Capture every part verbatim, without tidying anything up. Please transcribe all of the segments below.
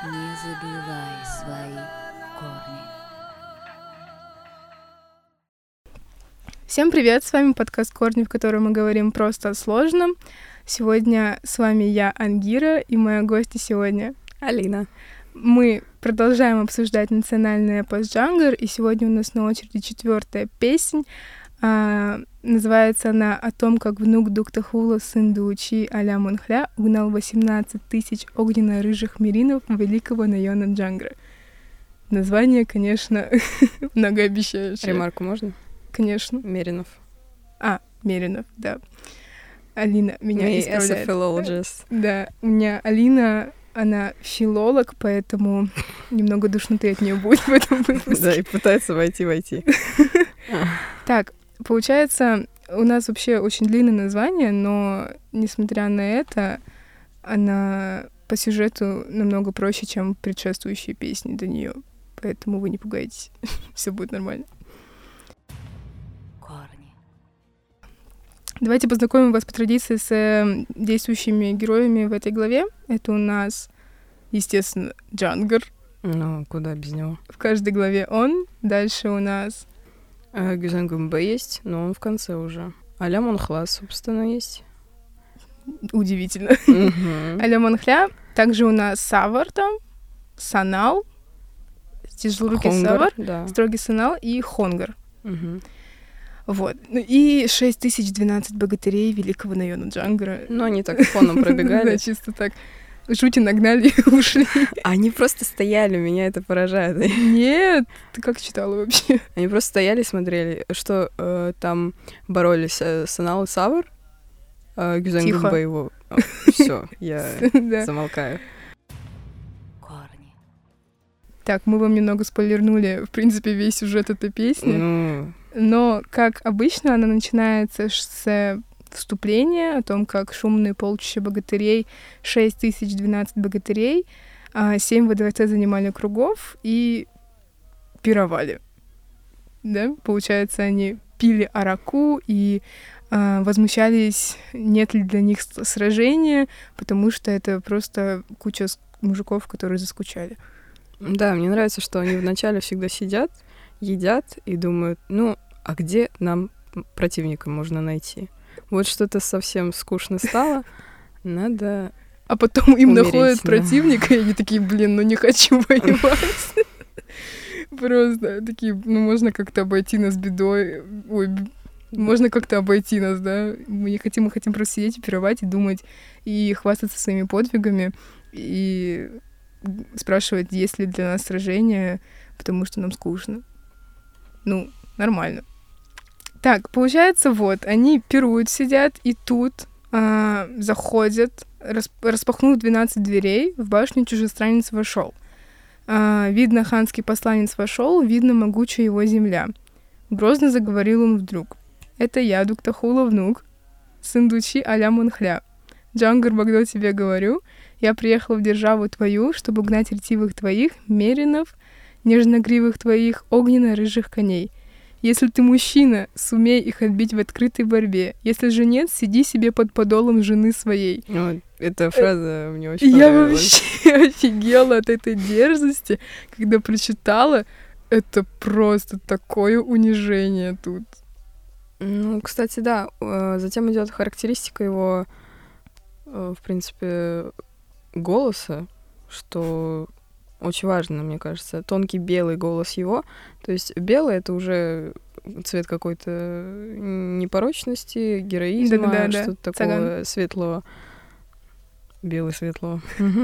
Не забывай свои корни. Всем привет, с вами подкаст «Корни», в котором мы говорим просто о сложном. Сегодня с вами я, Ангира, и моя гостья сегодня Алина. Мы продолжаем обсуждать национальный пост-джангл, и сегодня у нас на очереди четвертая песня. А, называется она «О том, как внук Дуктахула, сын Дуучи Аля Монхля, угнал восемнадцать тысяч огненно-рыжих меринов великого Найона Джангра». Название, конечно, многообещающее. Ремарку можно? Конечно. Меринов. А, Меринов, да. Алина меня Me исправляет. as a philologist. Да, у меня Алина, она филолог, поэтому немного душноты от нее будет в этом выпуске. Да, и пытается войти-войти. Так, получается, у нас вообще очень длинное название, но, несмотря на это, она по сюжету намного проще, чем предшествующие песни до нее. Поэтому вы не пугайтесь, все будет нормально. Корни. Давайте познакомим вас по традиции с э, действующими героями в этой главе. Это у нас, естественно, Джангар. Ну, куда без него? В каждой главе он. Дальше у нас... А, Гюзангумбе есть, но он в конце уже. Аля Монхла, собственно, есть. Удивительно. Аля Монхля. Также у нас Савар там, Санал, тяжелорукий Савар, да. строгий Санал и Хонгар. Угу. Вот. Ну и шесть тысяч двенадцать богатырей великого Найона Джангара. Ну, они так фоном пробегали. Да, чисто так. Жути нагнали и ушли. Они просто стояли, меня это поражает. Нет, ты как читала вообще? Они просто стояли и смотрели, что э, там боролись э, Санал и Савар, э, Гюзангумбе его... Все, я Да. замолкаю. Корни. Так, мы вам немного спойлернули, в принципе, весь сюжет этой песни. Ну, Но, как обычно, она начинается с вступления о том, как шумные полчища богатырей, шесть тысяч двенадцать богатырей, а, семь во дворце занимали кругов и пировали. Да? Получается, они пили араку и а, возмущались, нет ли для них с- сражения, потому что это просто куча с- мужиков, которые заскучали. да, мне нравится, что они вначале всегда сидят, едят и думают, ну, а где нам противника можно найти? Вот что-то совсем скучно стало, надо... А потом им Умереть, находят да. противника, и они такие, блин, ну не хочу воевать. Просто такие, ну можно как-то обойти нас бедой. Ой, б- можно как-то обойти нас, да? Мы не хотим, мы хотим просто сидеть и пировать, и думать, и хвастаться своими подвигами, и спрашивать, есть ли для нас сражение, потому что нам скучно. Ну, нормально. Так, получается, вот, они пируют, сидят, и тут а, заходят, рас- распахнув двенадцать дверей, в башню чужестранец вошел. А, видно, ханский посланец вошел, видно, могучая его земля. Грозно заговорил он вдруг. «Это я, Дуктахула, внук, сын Дучи Аля Монхля. Джангар Багдо тебе говорю, я приехал в державу твою, чтобы гнать ретивых твоих, меринов, нежногривых твоих, огненно-рыжих коней. Если ты мужчина, сумей их отбить в открытой борьбе. Если же нет, сиди себе под подолом жены своей». Вот, эта фраза мне очень Я понравилась. вообще офигела от этой дерзости, когда прочитала. Это просто такое унижение тут. Ну, кстати, да, э, затем идет характеристика его, э, в принципе, голоса, что очень важно, мне кажется. Тонкий белый голос его. То есть белый — это уже цвет какой-то непорочности, героизма, Да-да-да-да. что-то Цаган. такого светлого. Белый светлого.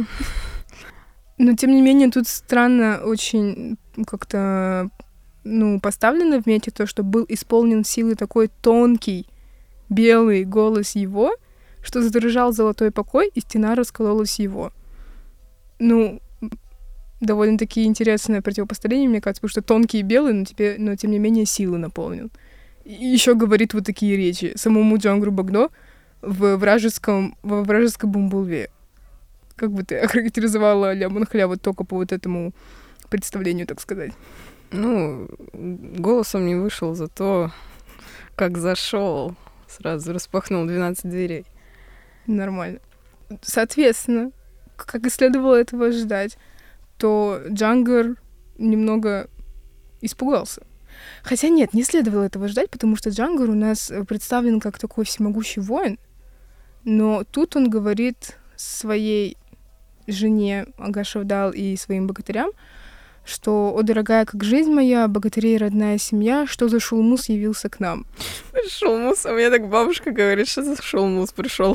Но, тем не менее, тут странно очень как-то, ну, поставлено в мете то, что был исполнен силы такой тонкий белый голос его, что задрожал золотой покой, и стена раскололась его. Ну, довольно-таки интересное противопоставление, мне кажется, потому что тонкий и белый, но, тебе, но тем не менее силы наполнен. И еще говорит вот такие речи самому Джангару Багдо в вражеском, во вражеской Бумбулве. Как бы ты охарактеризовала Аля Монхля вот только по вот этому представлению, так сказать? Ну, голосом не вышел, зато как зашел, сразу распахнул двенадцать дверей. Нормально. Соответственно, как и следовало этого ожидать, то Джангар немного испугался. Хотя нет, не следовало этого ждать, потому что Джангар у нас представлен как такой всемогущий воин, но тут он говорит своей жене Агашавдал и своим богатырям, что «О, дорогая, как жизнь моя, богатырей родная семья, что за шулмус явился к нам?» Шулмус, а мне так бабушка говорит, что за шулмус пришел.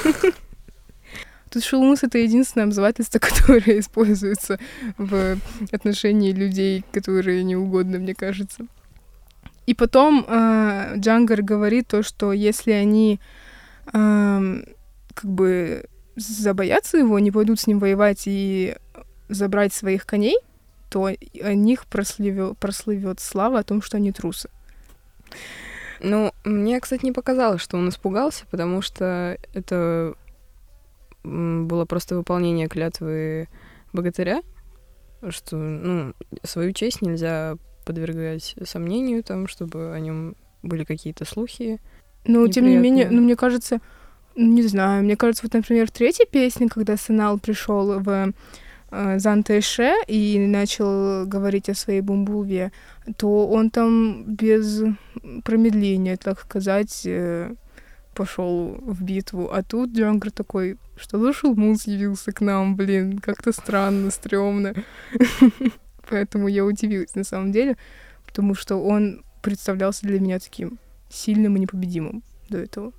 Тут шулмус — это единственное обзывательство, которое используется в отношении людей, которые неугодны, мне кажется. И потом э, Джангар говорит то, что если они э, как бы забоятся его, не пойдут с ним воевать и забрать своих коней, то о них прослывет, прослывет слава о том, что они трусы. Ну, мне, кстати, не показалось, что он испугался, потому что это было просто выполнение клятвы богатыря, что, ну, свою честь нельзя подвергать сомнению, там, чтобы о нем были какие-то слухи. Но, тем не менее, ну, мне кажется, не знаю, мне кажется, вот, например, в третьей песне, когда Санал пришел в Зан-Тэйше и начал говорить о своей Бумбулве, то он там без промедления, так сказать, пошел в битву. А тут Джангар такой: что за шулмус явился к нам, блин, как-то странно, стрёмно. Поэтому я удивилась на самом деле, потому что он представлялся для меня таким сильным и непобедимым до этого.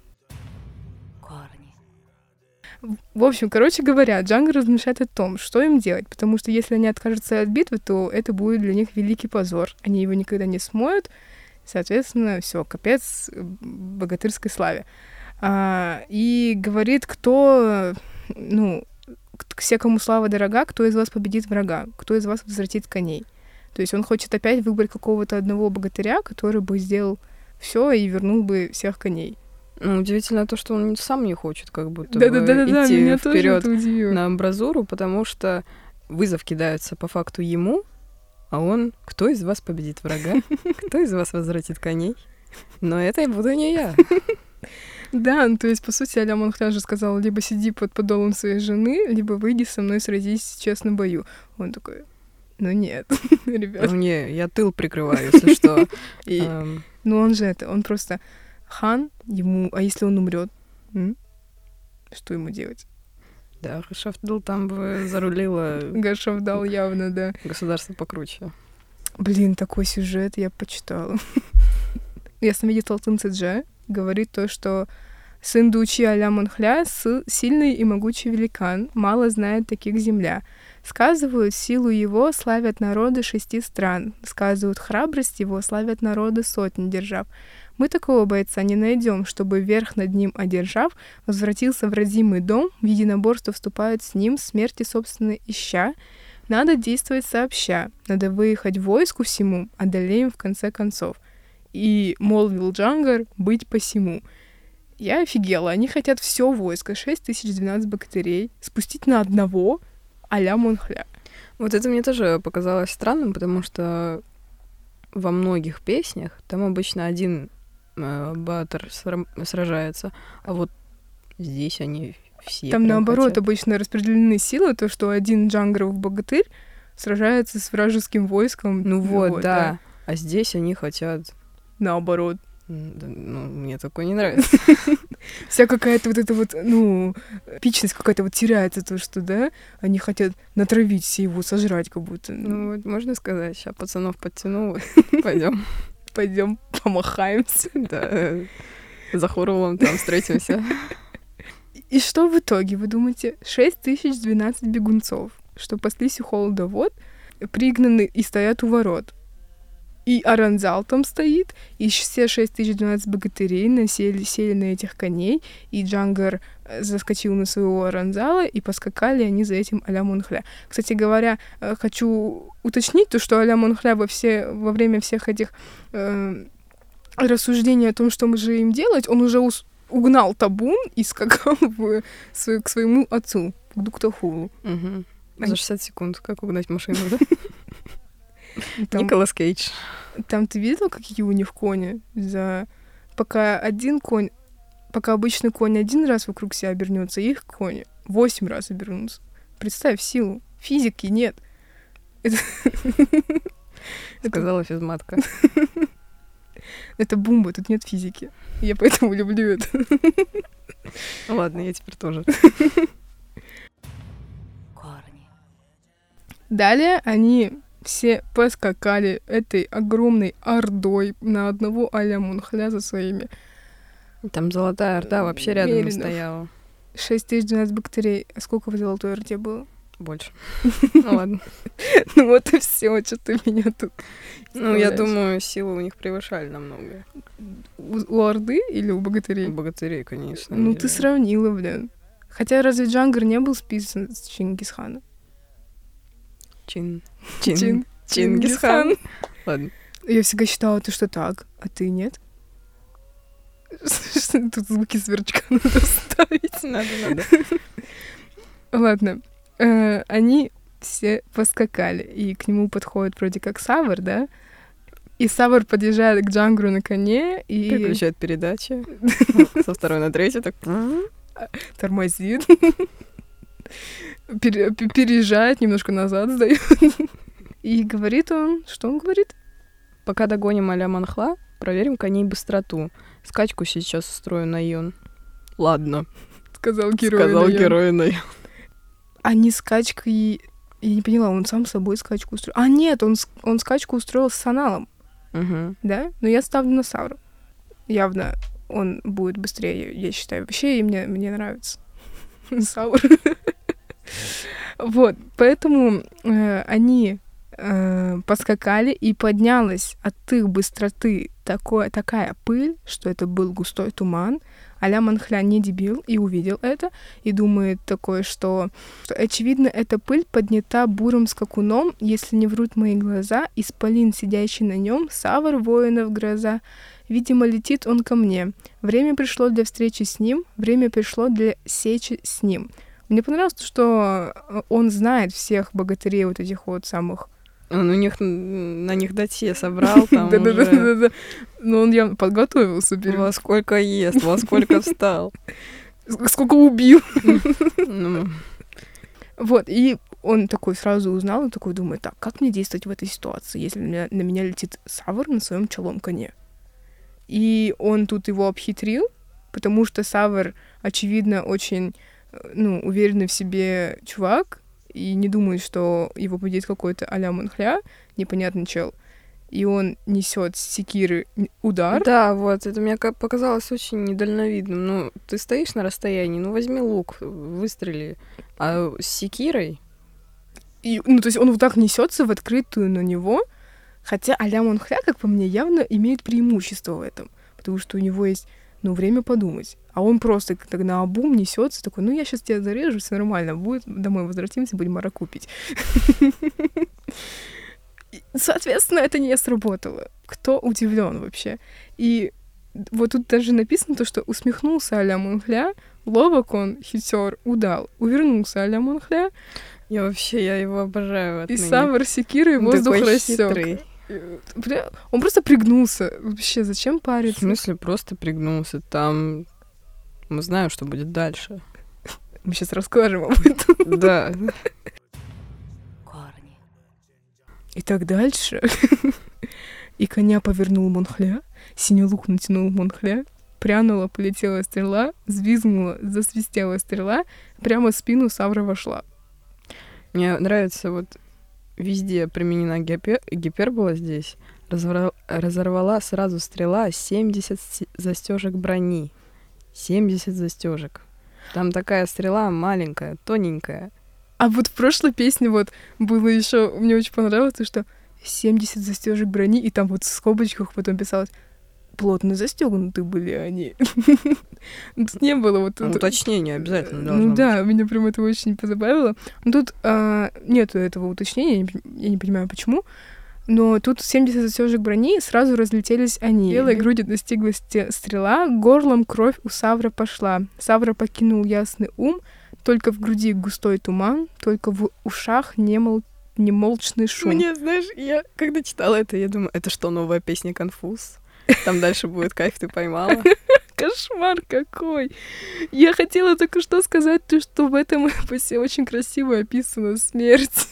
В общем, короче говоря, Джангар размышляет о том, что им делать, потому что если они откажутся от битвы, то это будет для них великий позор. Они его никогда не смоют, соответственно, все, капец богатырской славе. А, и говорит, кто, ну, все, кому слава дорога, кто из вас победит врага, кто из вас возвратит коней. То есть он хочет опять выбрать какого-то одного богатыря, который бы сделал все и вернул бы всех коней. Ну, удивительно то, что он сам не хочет как будто да, бы да, да, да, идти вперед на на амбразуру, потому что вызов кидается по факту ему, а он: кто из вас победит врага, кто из вас возвратит коней? Но это и буду не я. Да, ну, то есть, по сути, Аля Монхля же сказал: либо сиди под подолом своей жены, либо выйди со мной, сразись в честном бою. Он такой: ну нет, ребят. Ну не, я тыл прикрываю, если что. Ну он же это, он просто... хан, ему... А если он умрет? М? Что ему делать? Да, Гашавдал там бы зарулила... Гашавдал явно, да. Государство покруче. Блин, такой сюжет я почитала. Ясновидец Алтын Цэджа говорит то, что сын Дучи Аля Монхля — сильный и могучий великан, мало знает таких земля. Сказывают, силу его славят народы шести стран. Сказывают, храбрость его славят народы сотни держав. Мы такого бойца не найдем, чтобы верх над ним одержав, возвратился в родимый дом, в единоборство вступают с ним, смерти собственно ища. Надо действовать сообща, надо выехать войску всему, одолеем в конце концов. И молвил Джангар быть посему. Я офигела, они хотят все войско, шесть тысяч двенадцать богатырей, спустить на одного а-ля Монхля. Вот это мне тоже показалось странным, потому что во многих песнях там обычно один э, баатар сражается, а вот здесь они все там наоборот хотят. Обычно распределены силы, то, что один Джангаров богатырь сражается с вражеским войском. Ну вот, вот да. да. А здесь они хотят... Наоборот. Ну, мне такое не нравится. Вся какая-то вот эта вот, ну, эпичность какая-то вот теряется, то, что, да, они хотят натравить все его, сожрать как будто. Ну, вот можно сказать, сейчас пацанов подтяну, пойдем. Пойдем помахаемся. Да, за Хорулом там встретимся. И что в итоге, вы думаете? шесть тысяч двенадцать бегунцов, что паслись у холода вод, пригнаны и стоят у ворот. И Аранзал там стоит, и все шесть тысяч двенадцать богатырей насели, сели на этих коней, и Джангар заскочил на своего Аранзала, и поскакали они за этим а-ля Монхля. Кстати говоря, хочу уточнить то, что а-ля Монхля во, все, во время всех этих э, рассуждений о том, что мы же им делать, он уже ус- угнал табун и скакал в, свой, к своему отцу, к Дуктахулу. Угу. За шестьдесят секунд, как угнать машину, да? Там, Николас Кейдж. Там ты видел, какие у них кони? За... Пока один конь... Пока обычный конь один раз вокруг себя обернется, их кони восемь раз обернутся. Представь силу. Физики нет. Это... Сказала физматка. Это бумба, тут нет физики. Я поэтому люблю это. Ладно, я теперь тоже. Корни. Далее они все поскакали этой огромной ордой на одного а-ля Монхля за своими. Там Золотая Орда вообще рядом не Меринов. стояла. шесть тысяч двенадцать бактерий. А сколько в Золотой Орде было? Больше. Ну ладно. Ну вот и все, что ты меня тут... Ну, я вставляешь. думаю, силы у них превышали намного. У, у Орды или у богатырей? Богатырей, конечно. Ну не- ты сравнила, блин. Хотя разве Джангар не был списан с Чингисхана? Чин. Чин. Чин- Чингисхан. Ладно. Я всегда считала, ты что так, а ты нет? Что тут звуки сверчка надо вставить? Надо, надо. Ладно. Э, Они все поскакали, и к нему подходит вроде как Савр, да? И Савр подъезжает к Джангару на коне и Переключает передачи. Со второй на третью, так... тормозит, пере- пе- переезжает, немножко назад сдает. И говорит он, что он говорит? Пока догоним а-ля Манхла, проверим коней быстроту. Скачку сейчас устрою на Йон. Ладно, Сказал герой. сказал наверное. герой на Йон. А не скачкой... Я не поняла, он сам с собой скачку устроил. А нет, он, с- он скачку устроил с Саналом, Мгм. да? Но я ставлю на Савру. Явно он будет быстрее, я считаю. Вообще, и мне, мне нравится Савр. Вот, поэтому э, они э, поскакали, и поднялась от их быстроты такое, такая пыль, что это был густой туман. а-ля Манхля не дебил и увидел это, и думает такое, что, что очевидно, эта пыль поднята бурым скакуном, если не врут мои глаза, исполин, сидящий на нем, Савр воинов гроза. Видимо, летит он ко мне. Время пришло для встречи с ним, время пришло для сечи с ним. Мне понравилось, что он знает всех богатырей вот этих вот самых. Он у них н- на них датье собрал, там уже Да-да-да. Но он явно подготовился. перед- во сколько ест, во сколько встал. Сколько убил. Ну, Вот, и он такой сразу узнал, и такой думает, так, как мне действовать в этой ситуации, если на меня, на меня летит Савр на своем челом коне? И он тут его обхитрил, потому что Савр, очевидно, очень, э, ну, уверенный в себе чувак, и не думает, что его победит какой-то а-ля Монхля, непонятный чел. И он несет с секиры н- удар. Да, вот, это мне ка- показалось очень недальновидным. Ну, ты стоишь на расстоянии, ну, возьми лук, выстрели. А с секирой? И, ну, то есть он вот так несется в открытую на него, хотя а-ля Монхля, как по мне, явно имеет преимущество в этом, потому что у него есть, ну, время подумать. А он просто так наобум несется, такой, ну, я сейчас тебя зарежу, все нормально будет, домой возвратимся, будем мараку пить. И, соответственно, это не сработало. Кто удивлен вообще? И вот тут даже написано то, что усмехнулся а-ля Монхля, ловок он, хитер, удал, увернулся а-ля Монхля, Я вообще, я его обожаю и отныне. Савр секирой Он воздух такой рассек. хитрый. Бля, он просто пригнулся. Вообще, зачем В париться? смысле, просто пригнулся. Там мы знаем, что будет дальше. Мы сейчас расскажем об этом. Да. Корни. И так дальше. И коня повернул Монхля, синий лук натянул Монхля, прянула, полетела стрела, взвизгнула, засвистела стрела, прямо в спину Савра вошла. Мне нравится вот везде применена гипер... гипербола здесь. Разворо- Разорвала сразу стрела семьдесят застежек брони. семьдесят застежек. Там такая стрела маленькая, тоненькая. А вот в прошлой песне вот было еще, мне очень понравилось, то, что семьдесят застежек брони, и там вот в скобочках потом писалось плотно застегнуты были они. Тут не было вот... Ну, это- уточнение обязательно должно Ну да, меня прям это очень позабавило. Но тут а, нету этого уточнения, я не, пон- я не понимаю, почему. Но тут семьдесят застежек брони, сразу разлетелись они. Белой груди достигла сте- стрела, горлом кровь у Савра пошла. Савра покинул ясный ум, только в груди густой туман, только в ушах немол... немолчный шум. Мне, знаешь, я когда читала это, я думаю, это что, новая песня «Конфуз»? Там дальше будет «Кайф, ты поймала». Кошмар какой! Я хотела только что сказать, то, что в этом эпосе очень красиво описана смерть.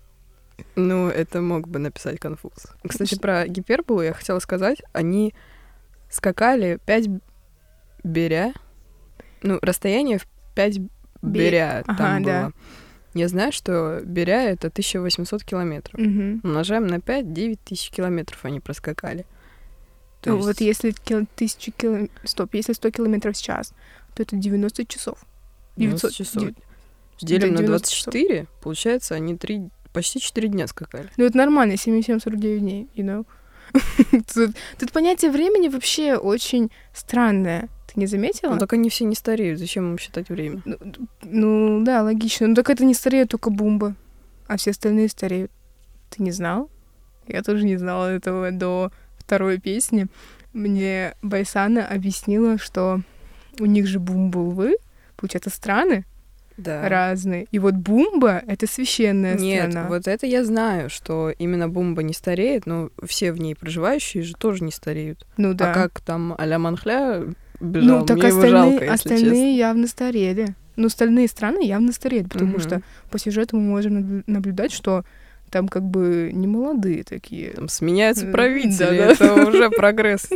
Ну, это мог бы написать Конфуз. Кстати, про гиперболу я хотела сказать. Они скакали пять беря. Ну, расстояние в пять беря Ага, там было. да. Я знаю, что беря — это тысяча восемьсот километров. Мгм. Умножаем на пять — девять тысяч километров они проскакали. То Ну, есть вот если кил- тысячу километров... Стоп, если сто километров в час, то это девяносто часов. девяносто часов. девять- Делим на девяносто двадцать часов. четыре, получается, они три, почти четыре дня скакали. Ну, это нормально, семь семь сорок девять дней, you know? тут, тут понятие времени вообще очень странное. Ты не заметила? Ну, так они все не стареют. Зачем им считать время? Ну, ну, да, логично. Ну, так это не стареет только Бумба, а все остальные стареют. Ты не знал? Я тоже не знала этого до второй песни. Мне Байсана объяснила, что у них же Бумбулвы, получается, страны Да. разные. И вот Бумба — это священная Нет, страна. вот это я знаю, что именно Бумба не стареет, но все в ней проживающие же тоже не стареют. Ну да. А как там а-ля Манхля бежал, Ну, так мне его остальные, жалко, если остальные честно. явно старели. Ну, остальные страны явно стареют, потому Мгм. что по сюжету мы можем наблю- наблюдать, что там как бы не молодые такие. Там сменяются М, правители, да-да. это уже прогресс.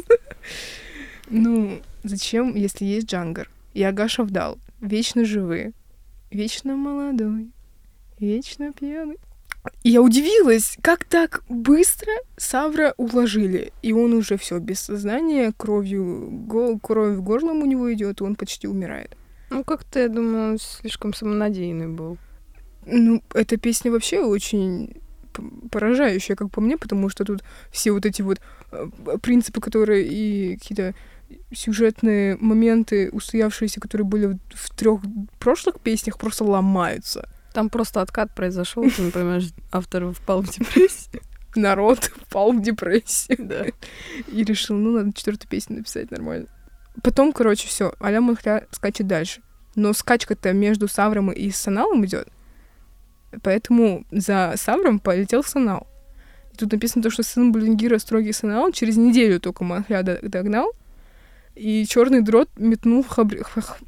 Ну, зачем, если есть Джангар и Ага Шавдал, вечно живые, вечно молодой, вечно пьяный. И я удивилась, как так быстро Савра уложили. И он уже все без сознания, кровью, го- кровь горлом у него идет, и он почти умирает. Ну, как-то, я думаю, он слишком самонадеянный был. Ну, эта песня вообще очень п- поражающая, как по мне, потому что тут все вот эти вот э, принципы, которые и какие-то сюжетные моменты, устоявшиеся, которые были в, в трех прошлых песнях, просто ломаются. Там просто откат произошел, ты не понимаешь, автор впал в депрессию. Народ впал в депрессию. Да. И решил, ну, надо четвертую песню написать нормально. Потом, короче, все, а-ля Манхля скачет дальше. Но скачка-то между Савром и Саналом идет. Поэтому за Савром полетел Санал. И тут написано то, что сын Булингира строгий Санал через неделю только Манхля до- догнал. И черный дрот метнул в хабри...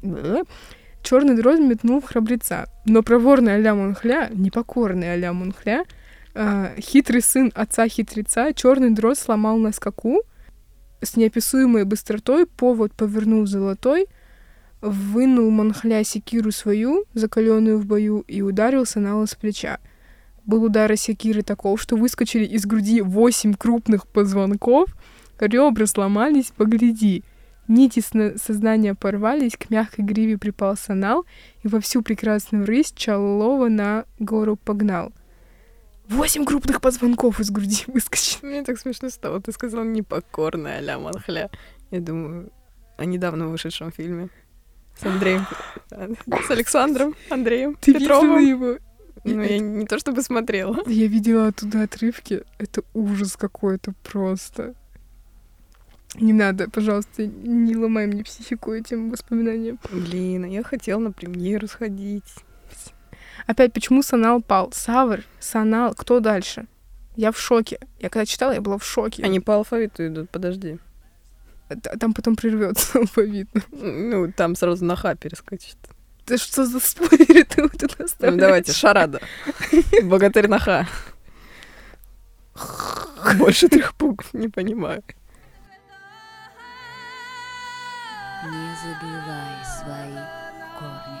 Черный дрот метнул в храбреца. Но проворный а-ля Манхля, непокорный а-ля Манхля, э, хитрый сын отца-хитреца, черный дрот сломал на скаку. С неописуемой быстротой повод повернул золотой, вынул Манхля секиру свою, закаленную в бою, и ударил Санала с плеча. Был удар секиры таков, что выскочили из груди восемь крупных позвонков, ребра сломались, погляди. Нити сна- сознания порвались, к мягкой гриве припал Санал, и во всю прекрасную рысь Чаллова на гору погнал. Восемь крупных позвонков из груди выскочили. Мне так смешно стало. Ты сказал непокорная а-ля Манхля. Я думаю, о недавно вышедшем фильме. С Андреем. С Александром Андреем Ты видела Петровым. его? Ну, я не то чтобы смотрела. Я видела оттуда отрывки. Это ужас какой-то просто. Не надо, пожалуйста, не ломай мне психику этим воспоминанием. Блин, а я хотела на премьеру сходить. Опять, почему Санал пал? Савр, Санал, кто дальше? Я в шоке. Я когда читала, я была в шоке. Они по алфавиту идут, подожди. Т- Там потом прервется алфавит. Ну, там сразу на ха перескочит. Да что за спойлеры ты вот тут Ну, оставляешь? давайте, шарада. Богатырь на ха. Больше трех букв, не понимаю. Не забивай свои корни.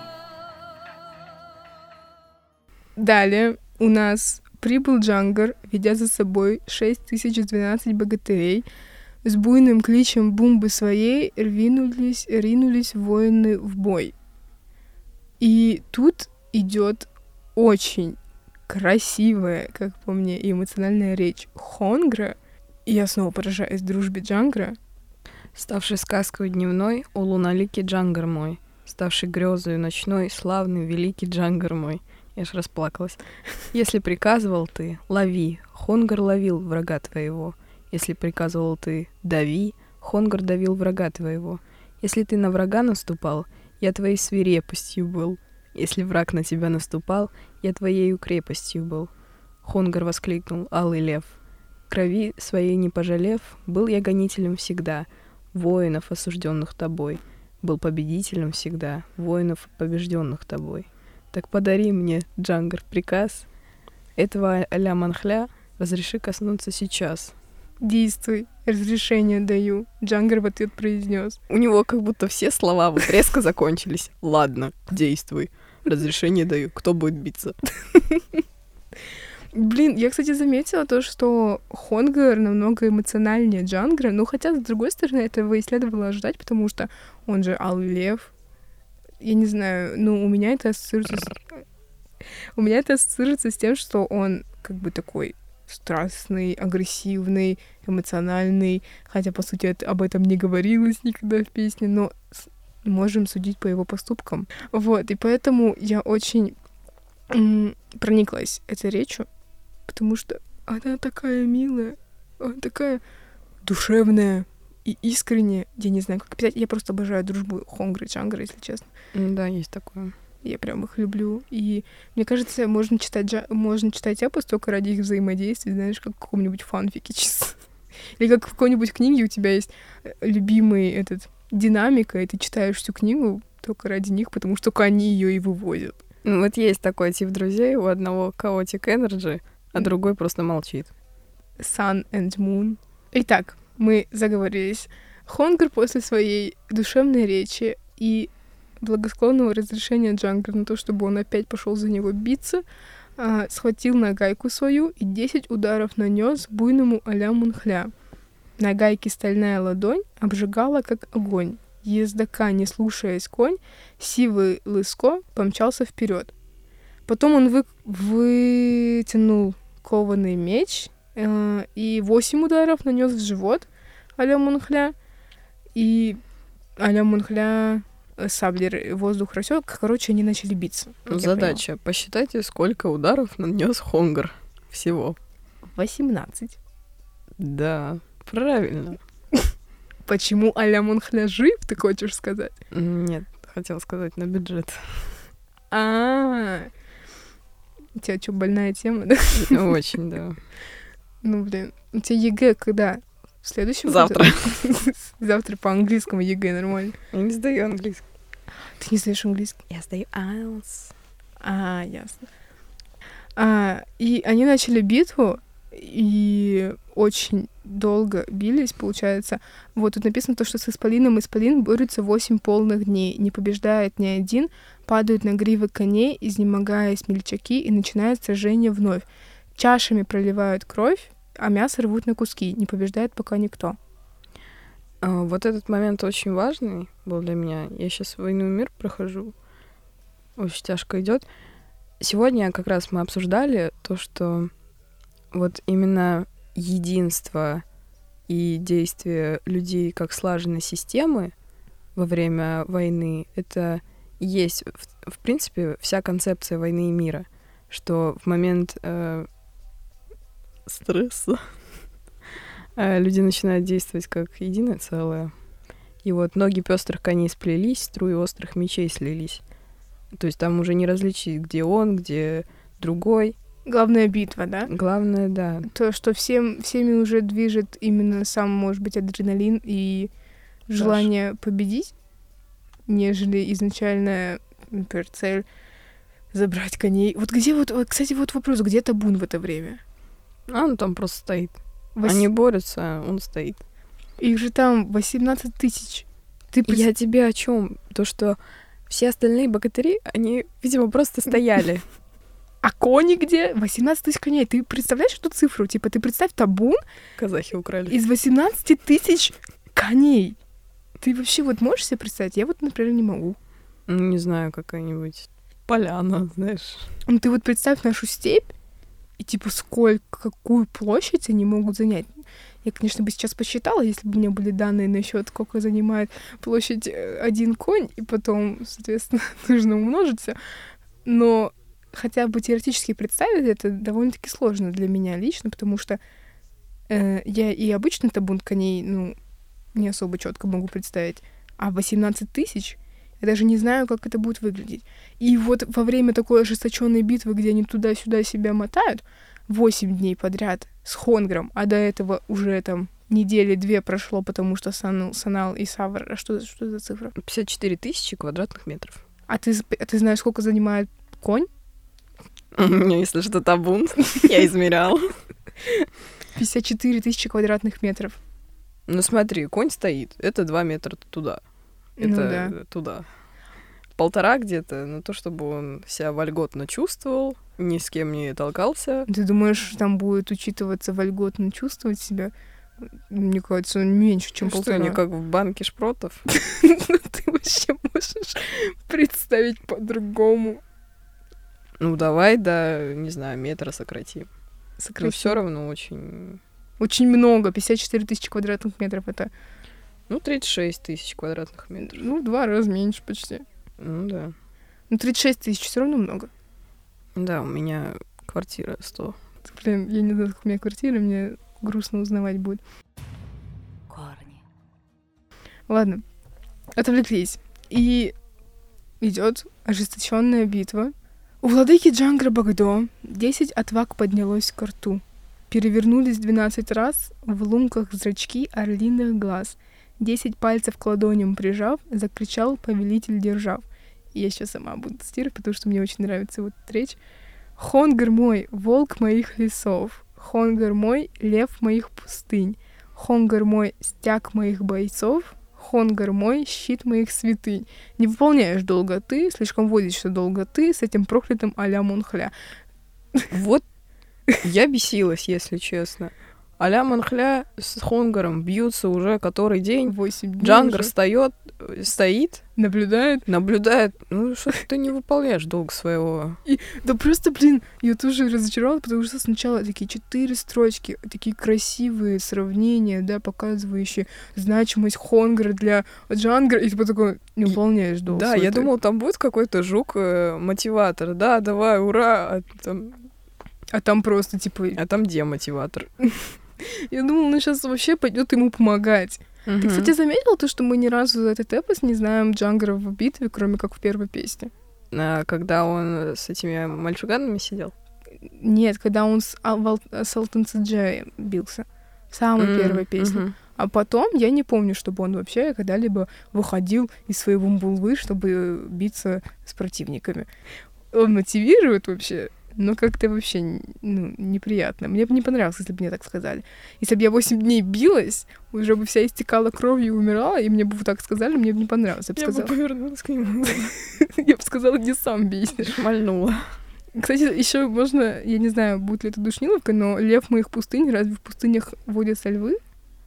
Далее у нас прибыл Джангар, ведя за собой шесть тысяч двенадцать богатырей. С буйным кличем бумбы своей ринулись, ринулись воины в бой. И тут идет очень красивая, как по мне, и эмоциональная речь Хонгра. И я снова поражаюсь дружбе Джангара. Ставший сказкой дневной, о луналикий Джангар мой, ставший грезою ночной, славный великий Джангар мой. Я ж расплакалась. Если приказывал ты, лови, Хонгар ловил врага твоего. Если приказывал ты, дави, Хонгар давил врага твоего. Если ты на врага наступал, я твоей свирепостью был. Если враг на тебя наступал, я твоею крепостью был. Хонгар воскликнул, алый лев. Крови своей не пожалев, был я гонителем всегда. воинов, осужденных тобой. Был победителем всегда, воинов, побежденных тобой. Так подари мне, Джангар, приказ. Этого а-ля Манхля разреши коснуться сейчас. Действуй, разрешение даю. Джангар в ответ произнес. У него как будто все слова вот резко закончились. Ладно, действуй. Разрешение даю. Кто будет биться? Блин, я, кстати, заметила то, что Хонгар намного эмоциональнее Джангара, ну, хотя, с другой стороны, этого и следовало ожидать, потому что он же Алый Лев. Я не знаю, ну, у меня это ассоциируется с... У меня это ассоциируется с тем, что он как бы такой страстный, агрессивный, эмоциональный, хотя, по сути, это, об этом не говорилось никогда в песне, но с... можем судить по его поступкам. Вот, и поэтому я очень м- прониклась этой речью, потому что она такая милая, она такая душевная и искренняя. Я не знаю, как писать. Я просто обожаю дружбу Хонгара и Джангара, если честно. Да, есть такое. Я прям их люблю. И мне кажется, можно читать, джа... можно читать эпос только ради их взаимодействия, знаешь, как в каком-нибудь фанфике чисто. Или как в какой-нибудь книге у тебя есть любимый этот динамика, и ты читаешь всю книгу только ради них, потому что только они ее и выводят. Ну, вот есть такой тип друзей, у одного chaotic energy, а другой просто молчит. Sun and Moon. Итак, мы заговорились. Хонгар после своей душевной речи и благосклонного разрешения Джангара на то, чтобы он опять пошел за него биться, э, схватил нагайку свою и десять ударов нанес буйному а-ля Мунхля. На гайке стальная ладонь обжигала, как огонь. Ездака, не слушаясь конь, сивый лыско помчался вперед. Потом он вы... вытянул кованый меч э, и восемь ударов нанес в живот а-ля Мунхля. И а-ля Мунхля саблер воздух рассек. Короче, они начали биться. Задача. Посчитайте, сколько ударов нанес Хонгар всего. восемнадцать. Да, правильно. Почему а-ля Мунхля жив, ты хочешь сказать? Нет, хотела сказать на бюджет. А, у тебя что, больная тема, да? Очень, да. Ну, блин, у тебя ЕГЭ когда? В следующем Завтра. Завтра по английскому ЕГЭ нормально. Я не сдаю английский. Ты не знаешь английский? Я сдаю айлс. А, ясно. А, и они начали битву, и очень долго бились, получается. Вот тут написано то, что с Исполином Исполин борются восемь полных дней. Не побеждает ни один, падают на гривы коней, изнемогая смельчаки, и начинает сражение вновь. Чашами проливают кровь, а мясо рвут на куски. Не побеждает пока никто. А, вот этот момент очень важный был для меня. Я сейчас «Войну и мир» прохожу. Очень тяжко идет. Сегодня как раз мы обсуждали то, что вот именно единство и действие людей как слаженной системы во время войны — это и есть, в, в принципе, вся концепция войны и мира. Что в момент э, стресса люди начинают действовать как единое целое. И вот ноги пестрых коней сплелись, струи острых мечей слились. То есть там уже не различить, где он, где другой. Главная битва, да? Главное, да. То, что всем, всеми уже движет именно сам, может быть, адреналин и желание Даш. победить, нежели изначальная, например, цель забрать коней. Вот где вот, кстати, вот вопрос, где Табун в это время? А он там просто стоит. Вось... Они борются, он стоит. Их же там восемнадцать тысяч. Ты пред... Я тебе о чем? То, что все остальные богатыри, они, видимо, просто стояли. А кони где? восемнадцать тысяч коней. Ты представляешь эту цифру? Типа, ты представь табун казахи украли из восемнадцать тысяч коней. Ты вообще вот можешь себе представить? Я вот, например, не могу. Ну, не знаю, какая-нибудь поляна, знаешь. Ну, ты вот представь нашу степь, и типа сколько, какую площадь они могут занять. Я, конечно, бы сейчас посчитала, если бы у меня были данные насчет, сколько занимает площадь один конь, и потом, соответственно, нужно умножить всё. Но хотя бы теоретически представить это довольно-таки сложно для меня лично, потому что э, я и обычно табун коней, ну, не особо четко могу представить, а восемнадцать тысяч, я даже не знаю, как это будет выглядеть. И вот во время такой ожесточенной битвы, где они туда-сюда себя мотают, восемь дней подряд с Хонгаром, а до этого уже там недели две прошло, потому что Санал, Санал и Савр... А что, что за цифра? пятьдесят четыре тысячи квадратных метров. А ты, а ты знаешь, сколько занимает конь? У меня, если что, табун. Я измеряла. пятьдесят четыре тысячи квадратных метров. Ну смотри, конь стоит. Это два метра туда. Это Ну да. туда. Полтора где-то на то, чтобы он себя вольготно чувствовал, ни с кем не толкался. Ты думаешь, там будет учитываться вольготно чувствовать себя? Мне кажется, он меньше, чем Что, полтора. не как в банке шпротов? Ты вообще можешь представить по-другому. Ну, давай, да, не знаю, метра сократим. Но Сократить. все равно очень... Очень много. пятьдесят четыре тысячи квадратных метров. Это, Ну, тридцать шесть тысяч квадратных метров. ну, в два раза меньше почти. Ну, да. Ну, тридцать шесть тысяч все равно много. Да, у меня квартира сто. Блин, я не знаю, как у меня квартира, мне грустно узнавать будет. Корни. Ладно, отвлеклись. И идет ожесточенная битва. У владыки Джангра Багдо десять отваг поднялось к рту. Перевернулись двенадцать раз в лунках зрачки орлиных глаз. Десять пальцев к ладоням прижав, закричал повелитель держав. И я сейчас сама буду цитировать, потому что мне очень нравится вот эта речь. «Хонгар мой, волк моих лесов, Хонгар мой, лев моих пустынь, Хонгар мой, стяг моих бойцов, Хонгар мой, щит моих святынь. Не выполняешь долго ты, слишком водишься долго ты с этим проклятым а-ля Мунхля». Вот я бесилась, если честно. А-ля Манхля с Хонгаром бьются уже который день. Восемь дней Джангар уже. встает, стоит, Наблюдает. наблюдает. Ну, что ты не выполняешь долг своего. Да просто, блин, я тоже разочаровала, потому что сначала такие четыре строчки, такие красивые сравнения, да, показывающие значимость Хонгара для Джангара, и ты такой, не выполняешь долг Да, свой я ты. думала, там будет какой-то жук-мотиватор. Да, давай, ура! А там, А там просто, типа, а там демотиватор. я думала, ну сейчас вообще пойдет ему помогать. Ты, кстати, заметил то, что мы ни разу за этот эпос не знаем Джангара в битве, кроме как в первой песне? А, когда он с этими мальчуганами сидел? Нет, когда он с, Ал- с Алтанцеджеем бился. В самой М, первой песне. мгм. А потом я не помню, чтобы он вообще когда-либо выходил из своего булвы, чтобы биться с противниками. Он мотивирует вообще, но как-то вообще ну, неприятно. Мне бы не понравилось, если бы мне так сказали. Если бы я восемь дней билась, уже бы вся истекала кровью и умирала, и мне бы вот так сказали, мне бы не понравилось. Я бы Я бы сказала, повернулась к нему. я бы сказала, где сам бейся. Шмальнула. Кстати, еще можно, я не знаю, будет ли это душниловка, но лев моих пустынь, разве в пустынях водятся львы?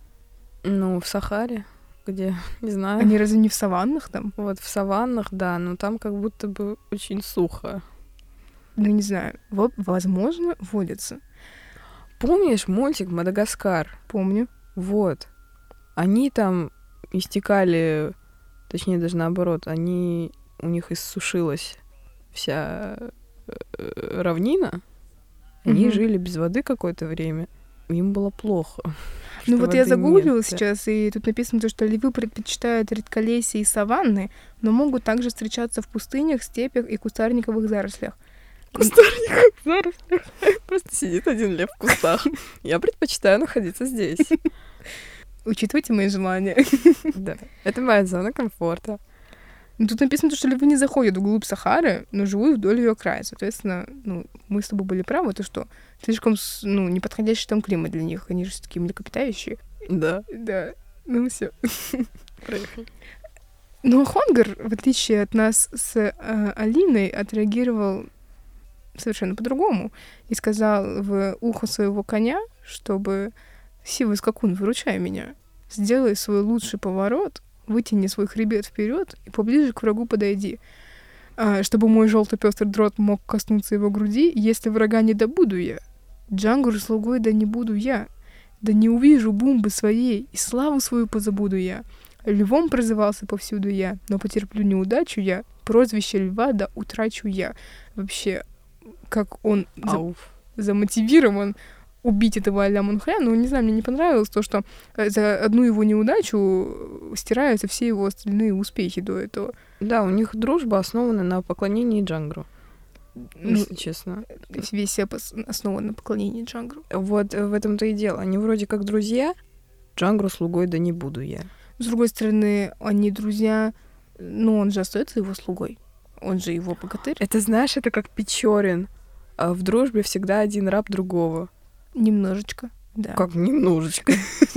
Ну, в Сахаре, где, не знаю. Они разве не в саваннах там? Вот в саваннах, да, но там как будто бы очень сухо. Ну, не знаю. Вот, возможно, водятся. Помнишь мультик «Мадагаскар»? Помню. Вот. Они там истекали, точнее, даже наоборот, они, у них иссушилась вся э, равнина. Они Мгм. жили без воды какое-то время. Им было плохо. Ну что вот я воды загуглила нет. сейчас, и тут написано, то, что львы предпочитают редколесье и саванны, но могут также встречаться в пустынях, степях и кустарниковых зарослях. Кустарник зарослях. Просто сидит один лев в кустах. Я предпочитаю находиться здесь. Учитывайте мои желания. Да. Это моя зона комфорта. Ну, тут написано, что львы не заходят вглубь Сахары, но живут вдоль ее края. Соответственно, ну, мы с тобой были правы, то, что слишком с- ну, неподходящий там климат для них. Они же такие млекопитающие. Да. Да, ну все. Проехали. Но Хонгар, в отличие от нас с э, Алиной, отреагировал совершенно по-другому и сказал в ухо своего коня, чтобы «Сивый скакун, выручай меня, сделай свой лучший поворот, вытяни свой хребет вперед и поближе к врагу подойди, а, чтобы мой желтый пестрый дрот мог коснуться его груди, если врага не добуду я, Джангур слугой да не буду я, да не увижу бумбы своей, и славу свою позабуду я. Львом прозывался повсюду я, но потерплю неудачу я, прозвище льва да утрачу я». Вообще, как он за- Ауф. замотивирован убить этого а-ля Мунхля, ну, не знаю, мне не понравилось то, что э, за одну его неудачу стираются все его остальные успехи до этого. Да, у них дружба основана на поклонении Джангру, Ну, если честно. весь эпос основан на поклонении Джангру. Вот в этом-то и дело. Они вроде как друзья, Джангру слугой, да не буду я. С другой стороны, они друзья, но он же остается его слугой. Он же его богатырь. Это, знаешь, это как Печорин. А в дружбе всегда один раб другого. Немножечко, да. Как немножечко?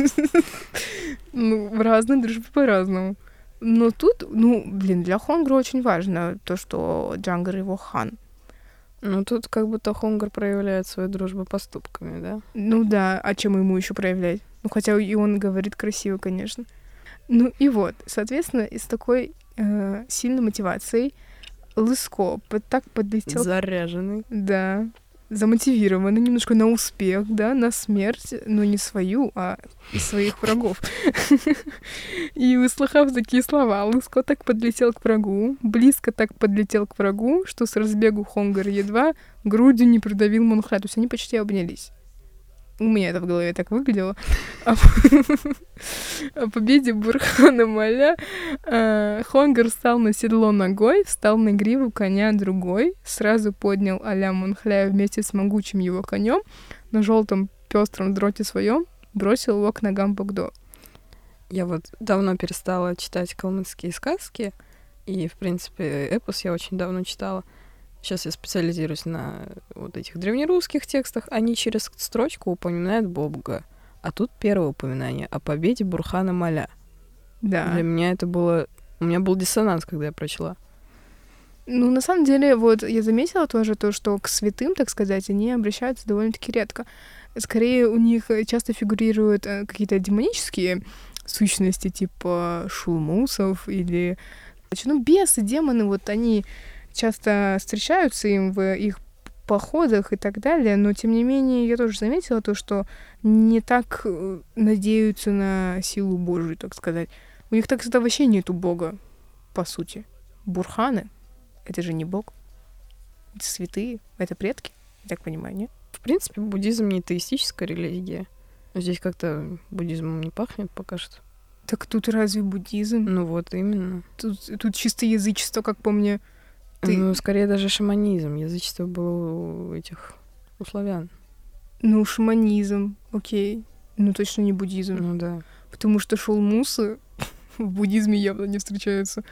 Ну, в разной дружбе по-разному. Но тут, ну, блин, для Хонгра очень важно то, что Джангар его хан. Ну, тут как будто Хонгар проявляет свою дружбу поступками, да? Ну да, а чем ему еще проявлять? Ну, хотя и он говорит красиво, конечно. Ну и вот, соответственно, с такой э, сильной мотивацией Лыско под, так подлетел... Заряженный. Да, замотивированный немножко на успех, да, на смерть, но не свою, а и своих врагов. И, услыхав такие слова, Лыско так подлетел к врагу, близко так подлетел к врагу, что с разбегу Хонгар едва грудью не придавил Монхля. То есть они почти обнялись. У меня это в голове так выглядело. О победе Бурхана Маля Хонгар встал на седло ногой, встал на гриву коня другой, сразу поднял Аля Монхля вместе с могучим его конем на желтом пестром дроте своем, бросил его к ногам Богдо. Я вот давно перестала читать калмыцкие сказки, и, в принципе, эпос я очень давно читала. Сейчас я специализируюсь на вот этих древнерусских текстах. Они через строчку упоминают Бога. А тут первое упоминание о победе Бурхана Маля. Да. Для меня это было... У меня был диссонанс, когда я прочла. Ну, на самом деле, вот я заметила тоже то, что к святым, так сказать, они обращаются довольно-таки редко. Скорее, у них часто фигурируют какие-то демонические сущности, типа шулмусов или... Ну, бесы, демоны, вот они... часто встречаются им в их походах и так далее, но, тем не менее, я тоже заметила то, что не так надеются на силу Божию, так сказать. У них так всегда вообще нету Бога, по сути. Бурханы — это же не Бог. Это святые, это предки, я так понимаю, нет? В принципе, буддизм не теистическая религия. Здесь как-то буддизмом не пахнет пока что. Так тут разве буддизм? Ну вот, именно. Тут, тут чисто язычество, как по мне. Ты... Ну, скорее даже шаманизм. Язычество было у этих, у славян. Ну, шаманизм, окей. Ну, точно не буддизм. Ну, да. Потому что шулмусы в буддизме явно не встречаются.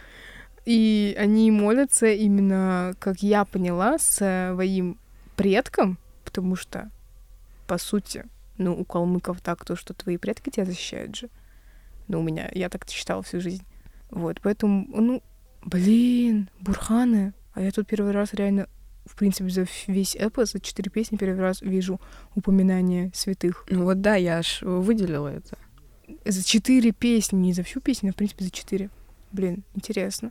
И они молятся именно, как я поняла, своим предкам, потому что, по сути, ну, у калмыков так, то, что твои предки тебя защищают же. Ну, у меня, я так считала всю жизнь. Вот, поэтому, ну, блин, бурханы. А я тут первый раз реально, в принципе, за весь эпос, за четыре песни первый раз вижу упоминание святых. Ну вот да, я аж выделила это. За четыре песни, не за всю песню, а, в принципе, за четыре. Блин, интересно.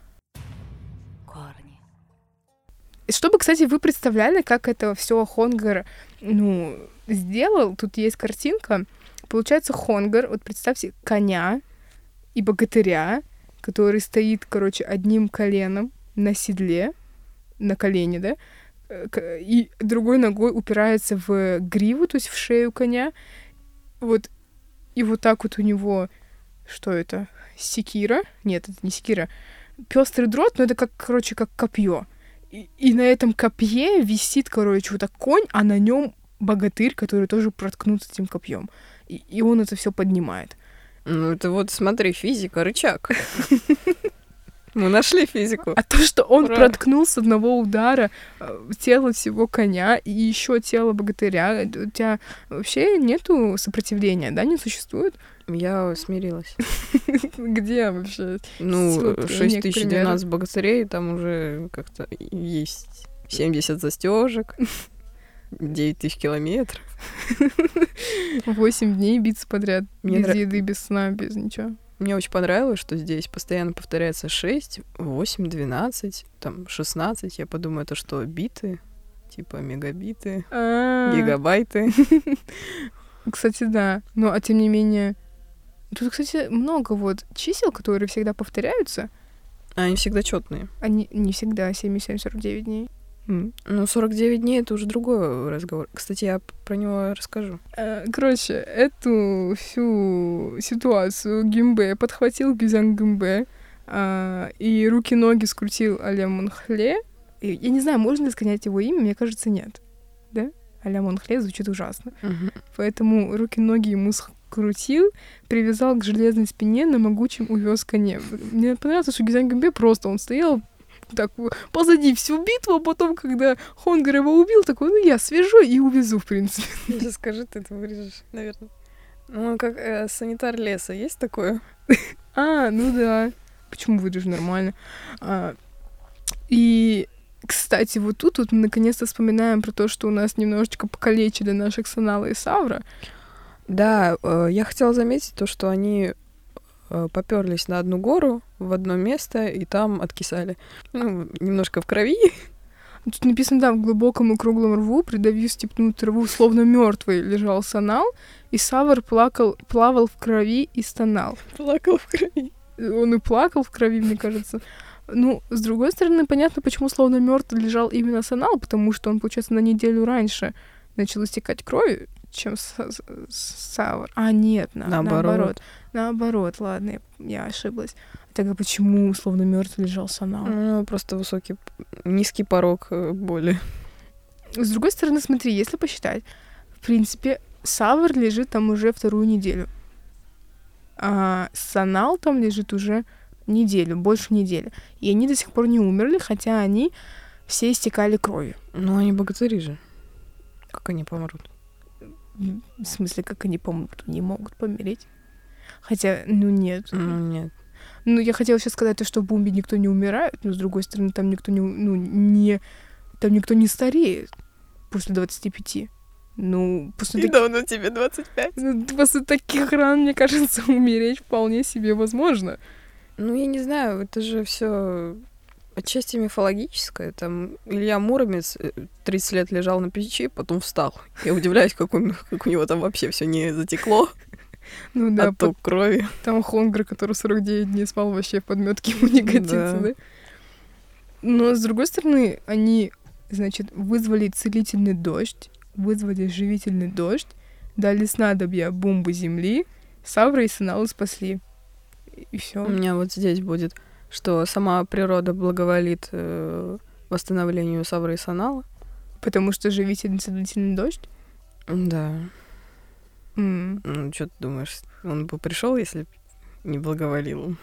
Корни. Чтобы, кстати, вы представляли, как это все Хонгар, ну, сделал, тут есть картинка. Получается, Хонгар, вот представьте, коня и богатыря, который стоит, короче, одним коленом на седле, на колене, да, и другой ногой упирается в гриву, то есть в шею коня. Вот, и вот так вот у него, что это, секира? Нет, это не секира. Пёстрый дрот, но это как, короче, как копье. И, и на этом копье висит, короче, вот так конь, а на нем богатырь, который тоже проткнут этим копьем. И, и он это все поднимает. Ну, это вот, смотри, физика, рычаг. Мы нашли физику. А то, что он Ура. проткнул с одного удара тело всего коня и еще тело богатыря, у тебя вообще нету сопротивления, да, не существует? Я смирилась. Где вообще? Ну, шесть тысяч двенадцать богатырей, там уже как-то есть семьдесят застежек, девять тысяч километров. Восемь дней биться подряд, Мне без нрав... еды, без сна, без ничего. Мне очень понравилось, что здесь постоянно повторяется шесть, восемь, двенадцать, там шестнадцать. Я подумаю, это что, биты? Типа мегабиты, А-а-а. гигабайты. Кстати, да. Но, а тем не менее... Тут, кстати, много вот чисел, которые всегда повторяются. Они всегда четные. Они не всегда, семь, семь, сорок девять дней. Mm. Ну, сорок девять дней — это уже другой разговор. Кстати, я про него расскажу. Короче, эту всю ситуацию Гимбе подхватил Гюзян Гимбе, и руки-ноги скрутил Аля Монхле. Я не знаю, можно ли сказать его имя, мне кажется, нет. Да? Аля Монхле звучит ужасно. Uh-huh. Поэтому руки-ноги ему скрутил, привязал к железной спине, на могучем увез коне. Мне понравилось, что Гизань Гэмбе просто он стоял так позади всю битву, а потом, когда Хонгар его убил, такой, ну я свяжу и увезу, в принципе. Сейчас скажи, ты это вырежешь, наверное. Ну, как э, санитар леса, есть такое? А, ну да. Почему вырежу нормально? А, и, кстати, вот тут вот мы наконец-то вспоминаем про то, что у нас немножечко покалечили наших Санала и Савра. Да, э, я хотела заметить то, что они э, попёрлись на одну гору в одно место и там откисали. Ну, немножко в крови. Тут написано, да, в глубоком и круглом рву, придавив степную траву, словно мертвый лежал Санал, и Савр плакал, плавал в крови и стонал. Плакал в крови. Он и плакал в крови, мне кажется. Ну, с другой стороны, понятно, почему словно мертвый лежал именно Санал, потому что он, получается, на неделю раньше начал истекать кровью, чем Савр. А, нет, на, наоборот. наоборот. Наоборот, ладно, я, я ошиблась. Тогда почему словно мертвый лежал Санал? Ну, просто высокий, низкий порог боли. С другой стороны, смотри, если посчитать, в принципе, Савр лежит там уже вторую неделю. А Санал там лежит уже неделю, больше недели. И они до сих пор не умерли, хотя они все истекали кровью. Ну, они богатыри же. Как они помрут? В смысле, как они помрут? Не могут помереть. Хотя, ну нет. Ну, нет. Ну, я хотела сейчас сказать, то, что в Бумбе никто не умирает, но, с другой стороны, там никто не... Ну, не... Там никто не стареет после двадцати пяти. Ну, после таких... Недавно тебе двадцать пять. Ну, после таких ран, мне кажется, умереть вполне себе возможно. Ну, я не знаю, это же все отчасти мифологическое. Там Илья Муромец тридцать лет лежал на печи, потом встал. Я удивляюсь, как, он, как у него там вообще все не затекло. Ну да, отток под... крови. Там Хонгар, который сорок девять дней спал, вообще в подметке ему не годится, да. да? Но, с другой стороны, они, значит, вызвали целительный дождь, вызвали живительный дождь, дали снадобья Бумбы земли, Савра и Санала спасли. И все. У меня вот здесь будет, что сама природа благоволит э, восстановлению Савры и Санала. Потому что живительный целительный дождь? Да. Mm. Ну, что ты думаешь, он бы пришел, если б не благоволил?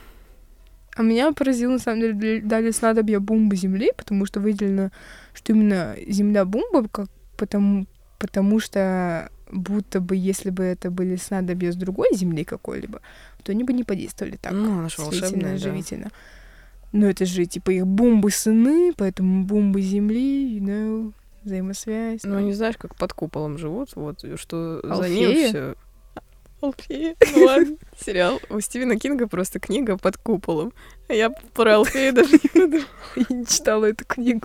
А меня поразило, на самом деле, дали снадобья Бумбы земли, потому что выделено, что именно земля Бумба, как, потому, потому что будто бы, если бы это были снадобья с другой земли какой-либо, то они бы не подействовали так ну, она же волшебная, живительно. Да. Но это же, типа, их Бумбы сыны, поэтому Бумбы земли, you know, взаимосвязь. Ну, не знаешь, как под куполом живут, вот, что Алфея? за ним все. Алфея? Ну ладно, сериал. У Стивена Кинга просто книга под куполом. А я про Алфею даже не подумала. Я не читала эту книгу.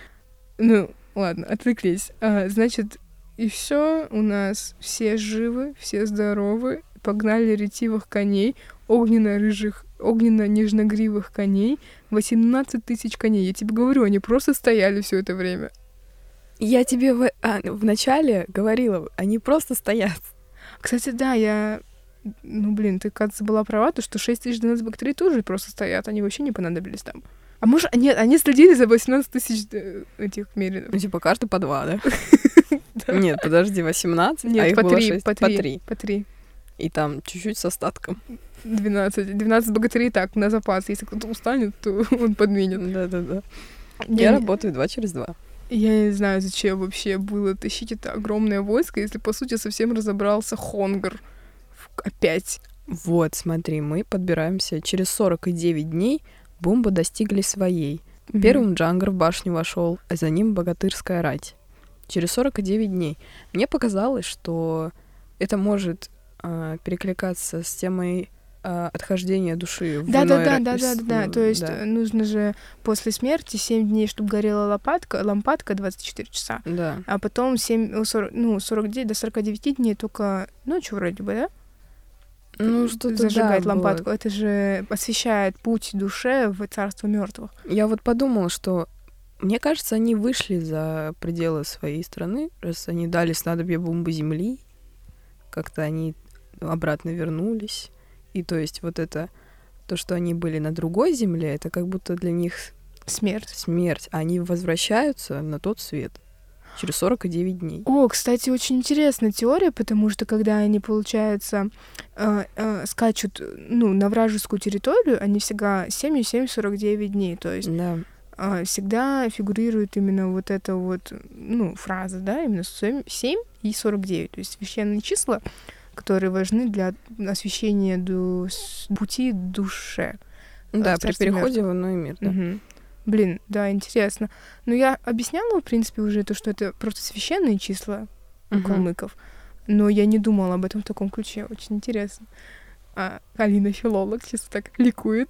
Ну, ладно, отвлеклись. А, значит, и все, у нас все живы, все здоровы. Погнали ретивых коней, огненно-рыжих, огненно-нежногривых коней, восемнадцать тысяч коней. Я тебе говорю, они просто стояли все это время. Я тебе в, а, в начале говорила, они просто стоят. Кстати, да, я... Ну, блин, ты, кажется, была права, то, что шесть тысяч двенадцать бактерий тоже просто стоят, они вообще не понадобились там. А может, нет, они следили за восемнадцать тысяч этих меринов. Ну, типа, каждый по два, да? Нет, подожди, восемнадцать, а их было шесть. По три. По три. И там чуть-чуть с остатком. двенадцать. двенадцать богатырей так, на запас. Если кто-то устанет, то он подменит. Да-да-да. Я работаю два через два. Я не знаю, зачем вообще было тащить это огромное войско, если, по сути, совсем разобрался Хонгар. Опять. Вот, смотри, мы подбираемся. Через сорок девять дней Бумбы достигли своей. Mm-hmm. Первым Джангар в башню вошел, а за ним богатырская рать. Через сорок девять дней. Мне показалось, что это может э, перекликаться с темой э, отхождения души в да, иной да, ра... да, да, да, да. То есть да. нужно же после смерти семь дней, чтобы горела лопатка, лампадка двадцать четыре часа. Да. А потом семь, сорок, ну, сорок девять до сорока девяти дней только ночью вроде бы, да? Ну, что-то зажигает да, лампадку. было. Это же освещает путь душе в царство мертвых. Я вот подумала, что мне кажется, они вышли за пределы своей страны, раз они дали снадобье Бумбы земли, как-то они обратно вернулись. И то есть вот это, то, что они были на другой земле, это как будто для них смерть. Смерть. А они возвращаются на тот свет. через сорок девять дней. О, кстати, очень интересная теория, потому что когда они, получается, э, э, скачут ну, на вражескую территорию, они всегда семь, семь, сорок девять дней. То есть Да. э, всегда фигурирует именно вот эта вот ну, фраза, да, именно семь и сорок девять. То есть священные числа, которые важны для освящения ду- пути душе. Да, в при Царстве переходе мертвых. в иной мир. Да. Мгм. Блин, да, интересно. Но я объясняла, в принципе, уже то, что это просто священные числа у Мгм. калмыков. Но я не думала об этом в таком ключе. Очень интересно. А Алина филолог, чисто так ликует.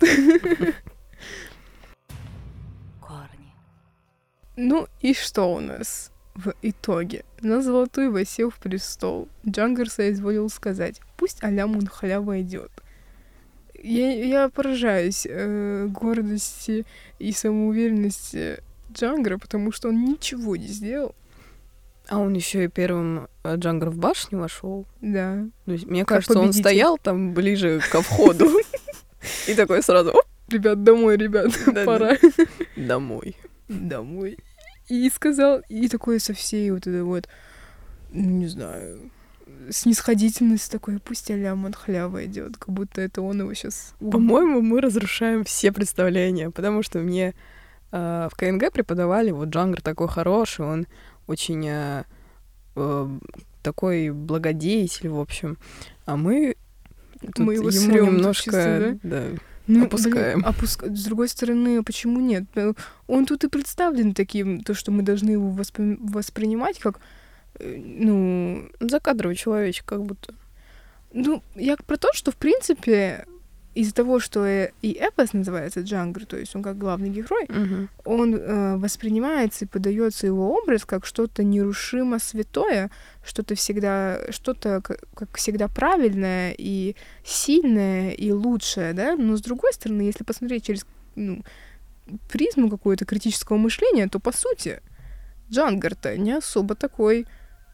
Корни. Ну и что у нас в итоге? На золотой восел в престол. Джангар соизволил сказать: пусть аля Мунхаля войдет. Я, я поражаюсь э, гордости и самоуверенности Джангара, потому что он ничего не сделал. А он еще и первым э, Джангар в башню вошел. Да. То есть, мне Как кажется, он победитель. стоял там ближе ко входу. И такой сразу оп, Ребят, домой, ребят, Да-да. пора. домой. Домой. И сказал, и такой со всей вот этой вот, ну, не знаю, снисходительность такой: пусть аля Мунхаля войдет, как будто это он его сейчас. По-моему, мы разрушаем все представления, потому что мне э, в КНГ преподавали, вот Джангар такой хороший, он очень э, э, такой благодетель, в общем. А мы, тут Мы его ему срём тут немножко чисто, да, Ну, опускаем. блин, опуска- С другой стороны, почему нет? Э, Он тут и представлен таким, то, что мы должны его воспри- воспринимать как, э, ну, закадровый человечек, как будто. ну, я про то, что, в принципе, из-за того, что э, и эпос называется Джангар, то есть он как главный герой, Мгм. он э, воспринимается и подается его образ как что-то нерушимо святое, что-то всегда, что-то как, как всегда правильное и сильное и лучшее, да. Но с другой стороны, если посмотреть через ну, призму какого-то критического мышления, то по сути Джангар-то не особо такой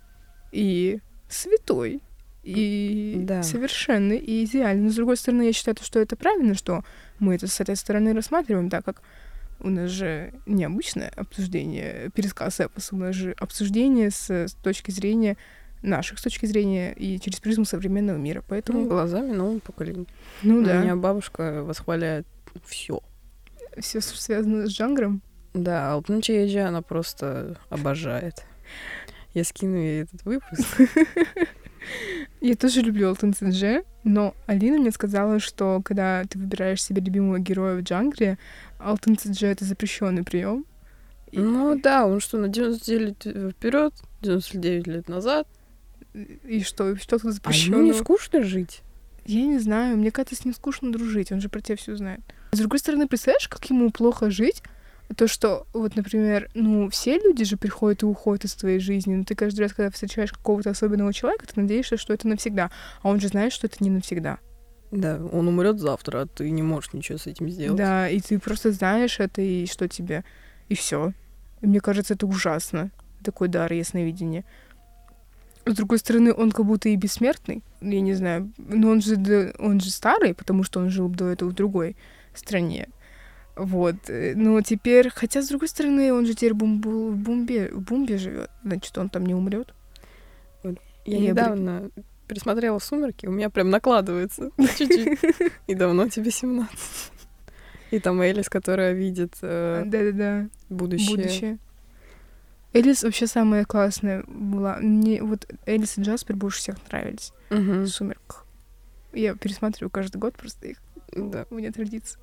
и святой, и Да. совершенный, и идеальный. Но с другой стороны, я считаю, что это правильно, что мы это с этой стороны рассматриваем, так как у нас же необычное обсуждение, пересказ эпоса, у нас же обсуждение с, с точки зрения наших, с точки зрения и через призму современного мира. Поэтому, Ну, глазами нового поколения. ну У да, меня бабушка восхваляет все. все связано с Джангаром. Да, Алтын Чаяджи она просто обожает. Я скину ей этот выпуск. Я тоже люблю Алтын Цэдже, но Алина мне сказала, что когда ты выбираешь себе любимого героя в Джангре, Алтын Цэдже — это запрещенный прием. Ну да, он что, на девяносто девять лет вперед, девяносто девять лет назад. И что, что тут А ему запрещено? не скучно жить. Я не знаю, мне кажется, с ним скучно дружить, он же про тебя все знает. С другой стороны, представляешь, как ему плохо жить? То, что, вот, например, ну, все люди же приходят и уходят из твоей жизни, но ты каждый раз, когда встречаешь какого-то особенного человека, ты надеешься, что это навсегда, а он же знает, что это не навсегда. Да, он умрет завтра, а ты не можешь ничего с этим сделать. Да, и ты просто знаешь это, и что тебе, и все. Мне кажется, это ужасно, такой дар ясновидения. С другой стороны, он как будто и бессмертный, я не знаю, но он же, да, он же старый, потому что он жил до этого в другой стране. Вот, э, но теперь, хотя, с другой стороны, он же теперь бум- бу- в Бумбе, в Бумбе живет, значит, он там не умрет. Я Я недавно пересмотрела «Сумерки», у меня прям накладывается чуть-чуть. И давно тебе семнадцать. И там Элис, которая видит э, Да-да-да, будущее. будущее. Элис вообще самая классная была. Мне вот Элис и Джаспер больше всех нравились Мгм. в «Сумерках». Я пересматриваю каждый год просто их. Да. У меня традиция.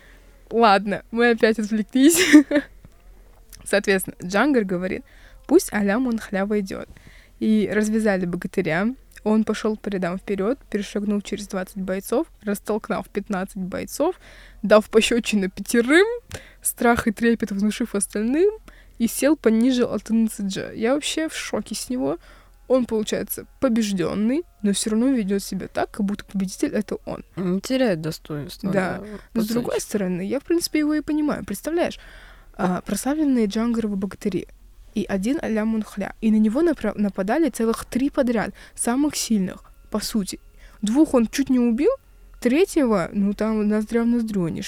Ладно, мы опять отвлеклись. Соответственно, Джангар говорит: пусть аля Мунхаля войдет. И развязали богатыря. Он пошел по рядам вперед, перешагнув через двадцать бойцов, растолкнув пятнадцать бойцов, дав пощечину пятерым, страх и трепет внушив остальным, и сел пониже Алтын Цэдже. Я вообще в шоке с него. Он, получается, побежденный, но все равно ведет себя так, как будто победитель — это он. Не теряет достоинства. Да. Но с другой стороны, я, в принципе, его и понимаю. Представляешь, а, прославленные Джангаровы богатыри и один аля Мунхаля, и на него напра- нападали целых три подряд, самых сильных, по сути. Двух он чуть не убил, третьего, ну, там ноздря в ноздрю они шли.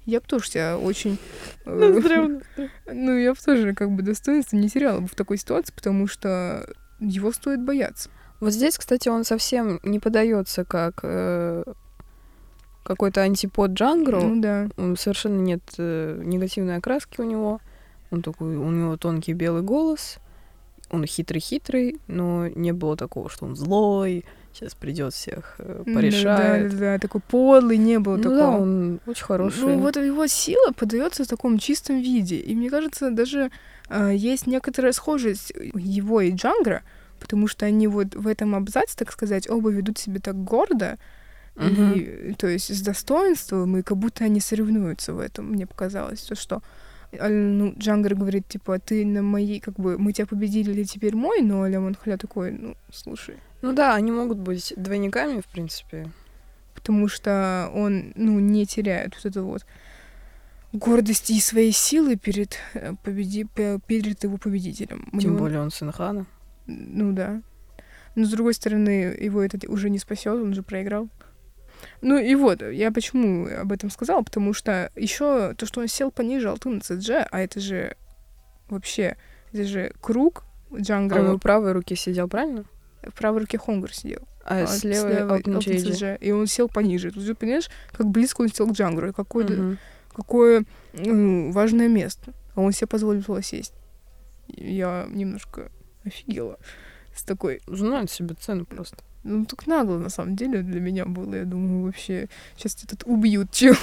я бы тоже себя очень... э, Ноздрём. Ну, я бы тоже как бы достоинство не теряла бы в такой ситуации, потому что его стоит бояться. Вот здесь, кстати, он совсем не подается как э, какой-то антипод Джангру. Ну да. Он совершенно нет э, негативной окраски у него. Он такой, у него тонкий белый голос. Он хитрый-хитрый, но не было такого, что он злой, сейчас придет всех э, порешает. Да, да, да, такой подлый, не было Ну такого. да, он очень хороший. Ну, вот его сила подается в таком чистом виде. И мне кажется, даже э, есть некоторая схожесть его и Джангра, потому что они вот в этом абзаце, так сказать, оба ведут себя так гордо, Мгм. и, то есть с достоинством, и как будто они соревнуются в этом, мне показалось. То, что а, ну, Джангар говорит, типа, ты на моей, как бы, мы тебя победили, ты теперь мой, но Аля Монхля такой, ну, слушай. Ну да, они могут быть двойниками, в принципе. Потому что он, ну, не теряет вот это вот гордости и своей силы перед, э, победи... пе- перед его победителем. У Тем него- более он сын хана. Ну да. Но с другой стороны, его это уже не спасет, он же проиграл. Ну и вот, я почему об этом сказала, потому что еще то, что он сел пониже Алтына Цедже, а это же вообще, это же круг Джангра, Он в правой руке сидел, правильно? в правой руке Хонгур сидел, А, с левой Алтын Алтын Чейджи. Цедже, и он сел пониже. Тут же понимаешь, как близко он сел к Джангру, и какое, Мгм. какое ну, важное место. А он себе позволил туда сесть. Я немножко офигела с такой... Знает себе цену просто. Ну, так нагло, на самом деле, для меня было. Я думаю, вообще, сейчас тебя тут убьют, чел.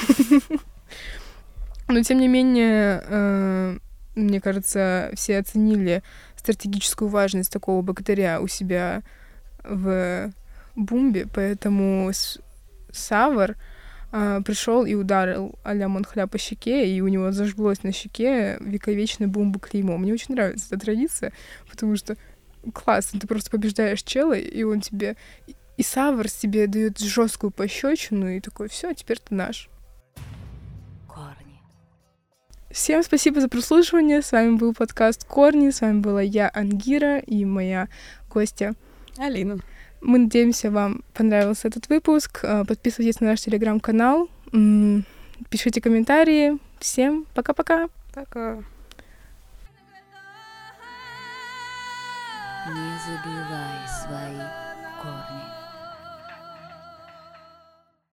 Но, тем не менее, э, мне кажется, все оценили стратегическую важность такого богатыря у себя в бумбе, поэтому с- Савар э, пришел и ударил а-ля Монхля по щеке, и у него зажглось на щеке вековечное бумба клеймо. Мне очень нравится эта традиция, потому что классно, ты просто побеждаешь чела, и он тебе... И Савар тебе дает жесткую пощечину, и такой, все, теперь ты наш. Корни. Всем спасибо за прослушивание. С вами был подкаст «Корни». С вами была я, Ангира, и моя гостья. Алина. Мы надеемся, вам понравился этот выпуск. А, Подписывайтесь на наш телеграм-канал. М, Пишите комментарии. Всем пока-пока. Пока. Не забивай свои корни.